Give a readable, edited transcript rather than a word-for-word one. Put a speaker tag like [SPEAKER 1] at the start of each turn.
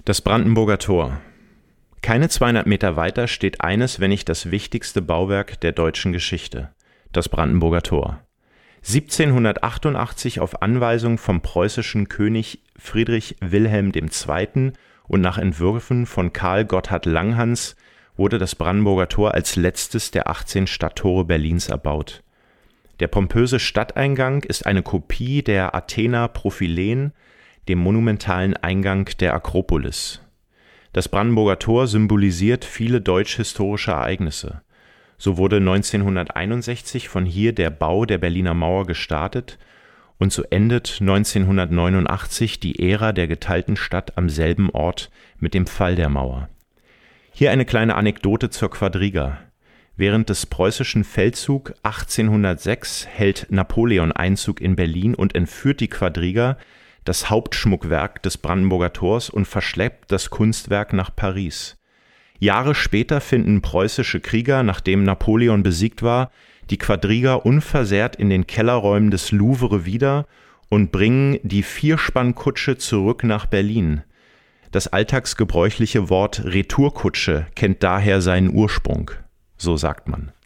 [SPEAKER 1] Das Brandenburger Tor. Keine 200 Meter weiter steht eines, wenn nicht das wichtigste Bauwerk der deutschen Geschichte, das Brandenburger Tor. 1788 auf Anweisung vom preußischen König Friedrich Wilhelm II. Und nach Entwürfen von Karl Gotthard Langhans wurde das Brandenburger Tor als letztes der 18 Stadttore Berlins erbaut. Der pompöse Stadteingang ist eine Kopie der Athena Propyläen, dem monumentalen Eingang der Akropolis. Das Brandenburger Tor symbolisiert viele deutsch-historische Ereignisse. So wurde 1961 von hier der Bau der Berliner Mauer gestartet und so endet 1989 die Ära der geteilten Stadt am selben Ort mit dem Fall der Mauer. Hier eine kleine Anekdote zur Quadriga. Während des preußischen Feldzugs 1806 hält Napoleon Einzug in Berlin und entführt die Quadriga, das Hauptschmuckwerk des Brandenburger Tors, und verschleppt das Kunstwerk nach Paris. Jahre später finden preußische Krieger, nachdem Napoleon besiegt war, die Quadriga unversehrt in den Kellerräumen des Louvre wieder und bringen die Vierspann-Kutsche zurück nach Berlin. Das alltagsgebräuchliche Wort Retourkutsche kennt daher seinen Ursprung, so sagt man.